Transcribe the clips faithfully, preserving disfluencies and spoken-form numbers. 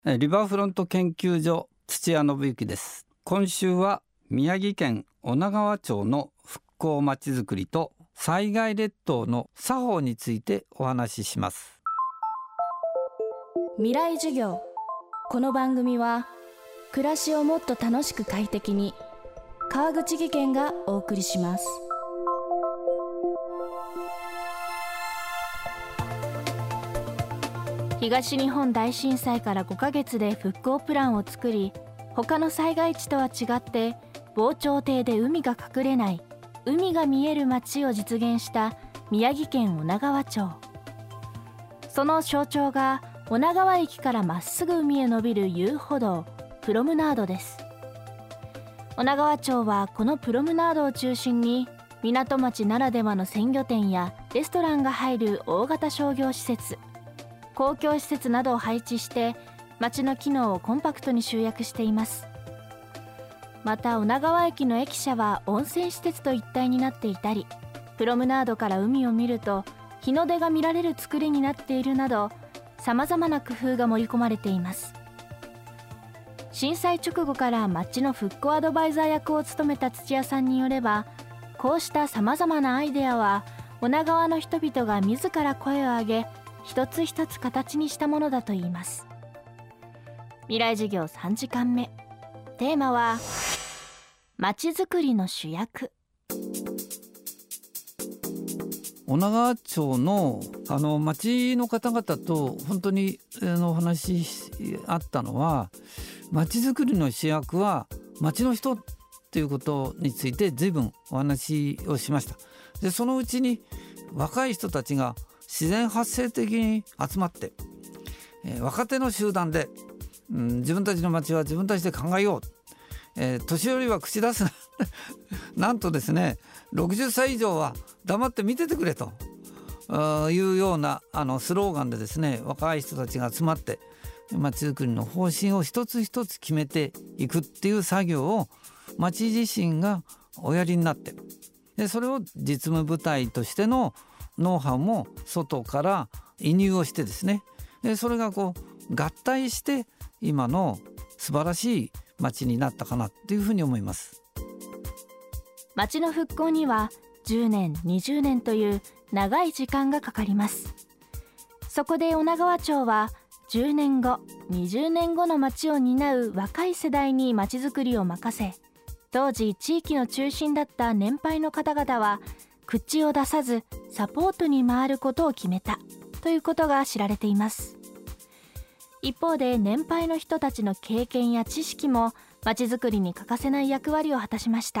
リバーフロント研究所土屋信之です。今週は宮城県女川町の復興まちづくりと災害列島の作法についてお話しします。 未来授業。この番組は暮らしをもっと楽しく快適に、川口義賢がお送りします。東日本大震災からごかげつで復興プランを作り、他の災害地とは違って防潮堤で海が隠れない海が見える街を実現した宮城県女川町。その象徴が女川駅からまっすぐ海へ伸びる遊歩道、プロムナードです。女川町はこのプロムナードを中心に港町ならではの鮮魚店やレストランが入る大型商業施設、公共施設などを配置して街の機能をコンパクトに集約しています。また女川駅の駅舎は温泉施設と一体になっていたり、プロムナードから海を見ると日の出が見られる作りになっているなど、さまざまな工夫が盛り込まれています。震災直後から町の復興アドバイザー役を務めた土屋さんによれば、こうしたさまざまなアイデアは女川の人々が自ら声を上げ、一つ一つ形にしたものだといいます。未来授業さんじかんめ、テーマはまちづくりの主役。 女川町のあの町の方々と本当にあのお話あったのは、まちづくりの主役は町の人ということについて随分お話をしました。でそのうちに若い人たちが自然発生的に集まって、えー、若手の集団で、うん、自分たちの町は自分たちで考えよう、えー、年寄りは口出すななんとですね、ろくじゅっさい以上は黙って見ててくれというようなあのスローガンでですね、若い人たちが集まって町づくりの方針を一つ一つ決めていくっていう作業を町自身がおやりになって、でそれを実務部隊としてのノウハウも外から移入をしてですね、でそれがこう合体して今の素晴らしい町になったかなというふうに思います。 町の復興にはじゅうねん、にじゅうねんという長い時間がかかります。そこで女川町はじゅうねんご、にじゅうねんごの町を担う若い世代に町づくりを任せ、当時地域の中心だった年配の方々は口を出さずサポートに回ることを決めたということが知られています。一方で年配の人たちの経験や知識も町づくりに欠かせない役割を果たしました。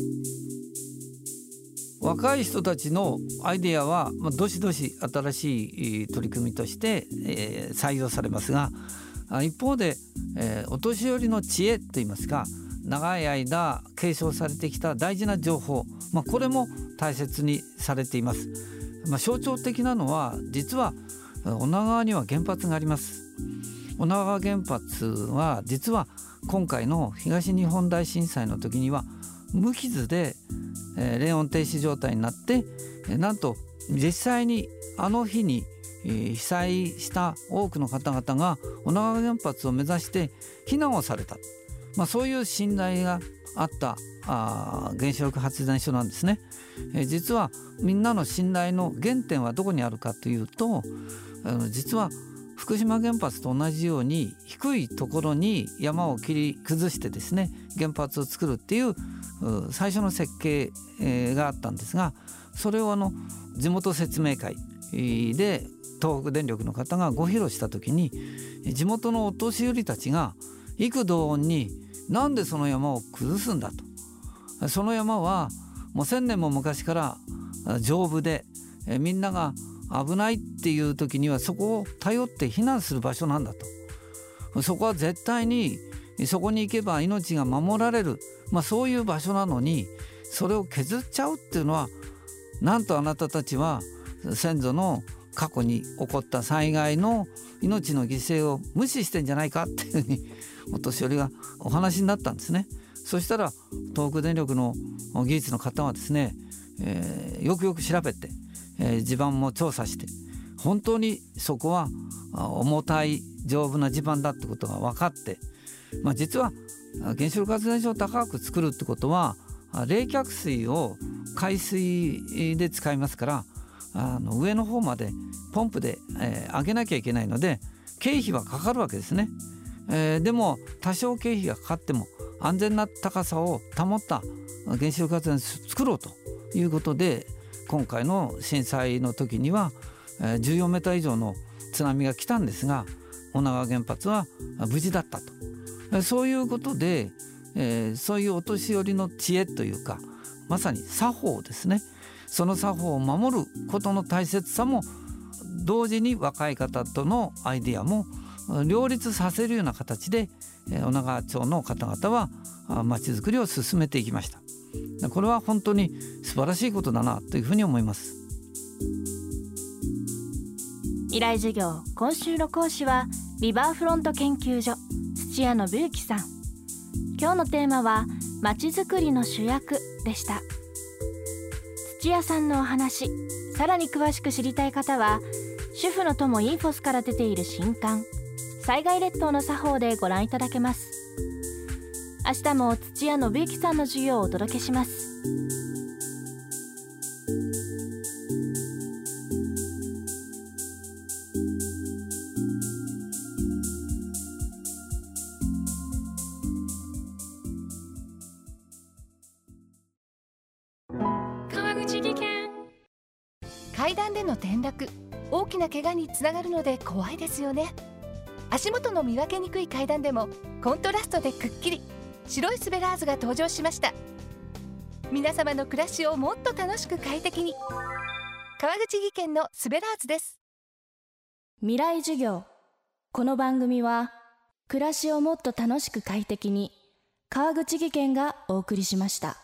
若い人たちのアイデアは、まあ、どしどし新しい取り組みとして、えー、採用されますが、一方で、えー、お年寄りの知恵といいますか、長い間継承されてきた大事な情報、まあ、これも大切にされています。まあ、象徴的なのは実は女川には原発があります。女川原発は実は今回の東日本大震災の時には無傷で、えー、冷温停止状態になって、えー、なんと実際にあの日に、えー、被災した多くの方々が女川原発を目指して避難をされた、まあ、そういう信頼があったあ原子力発電所なんですね。えー、実はみんなの信頼の原点はどこにあるかというと、あの実は福島原発と同じように低いところに山を切り崩してですね、原発を作るっていう最初の設計があったんですが、それをあの地元説明会で東北電力の方がご披露した時に、地元のお年寄りたちが幾度音になんでその山を崩すんだと、その山はもう千年も昔から丈夫で、みんなが危ないっていう時にはそこを頼って避難する場所なんだと、そこは絶対にそこに行けば命が守られる、まあ、そういう場所なのにそれを削っちゃうっていうのは、なんとあなたたちは先祖の過去に起こった災害の命の犠牲を無視してんじゃないかっていうふうにお年寄りがお話になったんですね。そしたら東北電力の技術の方はですね、えー、よくよく調べて、えー、地盤も調査して本当にそこは重たい丈夫な地盤だってことが分かって、まあ、実は原子力発電所を高く作るってことは冷却水を海水で使いますから、あの上の方までポンプで、えー、上げなきゃいけないので経費はかかるわけですね。えー、でも多少経費がかかっても安全な高さを保った原子力発電所を作ろうということで、今回の震災の時にはじゅうよんメーター以上の津波が来たんですが、女川原発は無事だったと。そういうことで、えー、そういうお年寄りの知恵というか、まさに作法ですね。その作法を守ることの大切さも同時に若い方とのアイデアも両立させるような形で、えー、女川町の方々はまちづくりを進めていきました。これは本当に素晴らしいことだなというふうに思います。 未来授業、今週の講師はリバーフロント研究所土屋信之さん。今日のテーマはまちづくりの主役でした。土屋さんのお話、さらに詳しく知りたい方は主婦の友インフォスから出ている新刊災害列島の作法でご覧いただけます。明日も土屋信之さんの授業をお届けします。 川口技研。階段での転落、大きな怪我につながるので怖いですよね。足元の見分けにくい階段でもコントラストでくっきり白いスベラーズが登場しました。皆様の暮らしをもっと楽しく快適に、川口技研のスベラーズです。 未来授業。この番組は暮らしをもっと楽しく快適に、川口技研がお送りしました。